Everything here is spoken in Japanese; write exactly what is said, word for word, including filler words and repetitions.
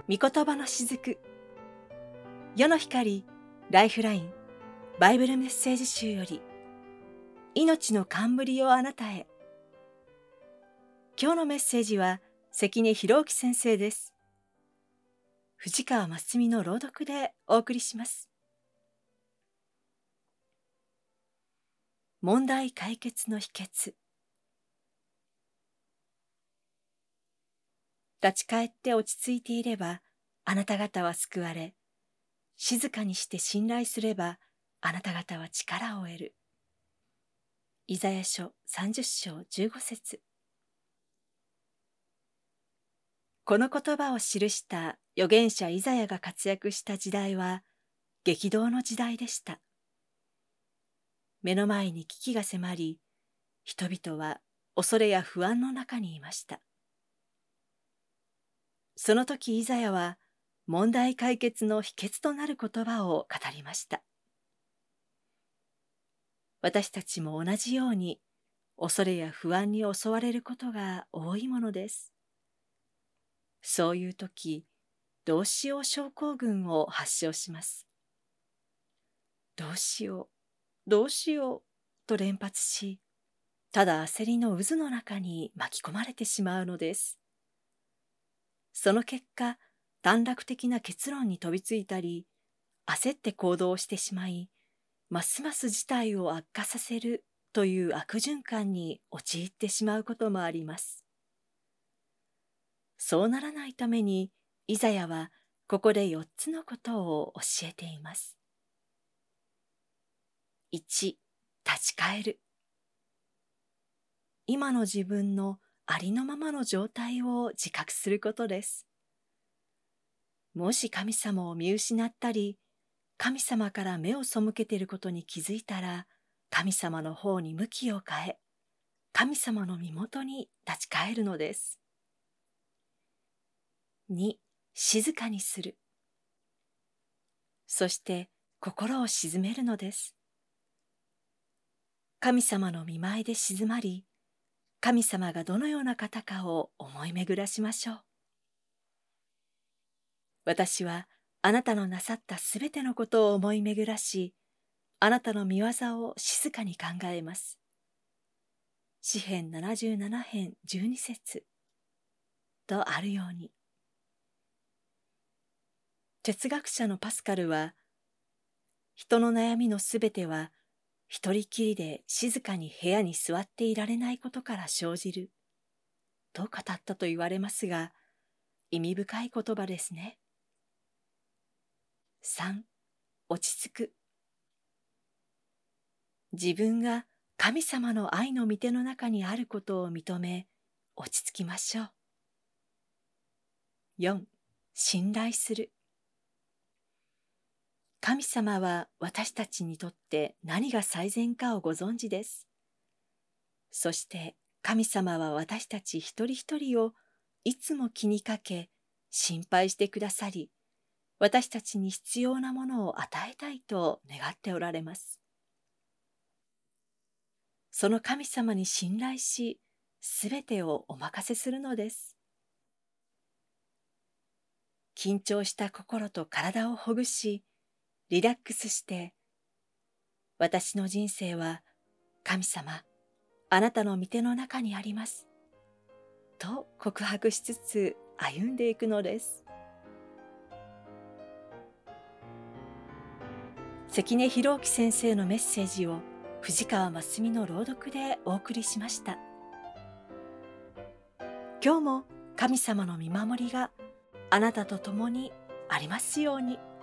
御言葉のしずく、世の光ライフラインバイブルメッセージ集より、命の冠をあなたへ。今日のメッセージは関根博之先生です。藤川真澄の朗読でお送りします。問題解決の秘訣。立ち返って落ち着いていればあなた方は救われ、静かにして信頼すればあなた方は力を得る。イザヤ書さんじゅっ章じゅうご節。この言葉を記した預言者イザヤが活躍した時代は激動の時代でした。目の前に危機が迫り、人々は恐れや不安の中にいました。その時イザヤは問題解決の秘訣となる言葉を語りました。私たちも同じように恐れや不安に襲われることが多いものです。そういう時、どうしよう症候群を発症します。どうしよう、どうしようと連発し、ただ焦りの渦の中に巻き込まれてしまうのです。その結果、短絡的な結論に飛びついたり、焦って行動してしまい、ますます事態を悪化させるという悪循環に陥ってしまうこともあります。そうならないために、イザヤはここでよっつのことを教えています。いち、立ち返る。今の自分のありのままの状態を自覚することです。もし神様を見失ったり、神様から目を背けていることに気づいたら、神様の方に向きを変え、神様の身元に立ち返るのです。に、静かにする。そして心を静めるのです。神様の御前で静まり、神様がどのような方かを思い巡らしましょう。私はあなたのなさったすべてのことを思い巡らし、あなたの御業を静かに考えます。詩編ななじゅうなな編じゅうに節とあるように。哲学者のパスカルは、人の悩みのすべては一人きりで静かに部屋に座っていられないことから生じると語ったと言われますが、意味深い言葉ですね。さん、落ち着く。自分が神様の愛の御手の中にあることを認め、落ち着きましょう。よん、信頼する。神様は私たちにとって何が最善かをご存知です。そして神様は私たち一人一人をいつも気にかけ、心配してくださり、私たちに必要なものを与えたいと願っておられます。その神様に信頼し、すべてをお任せするのです。緊張した心と体をほぐし、リラックスして、私の人生は神様、あなたの御手の中にあります。と告白しつつ歩んでいくのです。関根博之先生のメッセージを藤川真澄の朗読でお送りしました。今日も神様の見守りがあなたと共にありますように。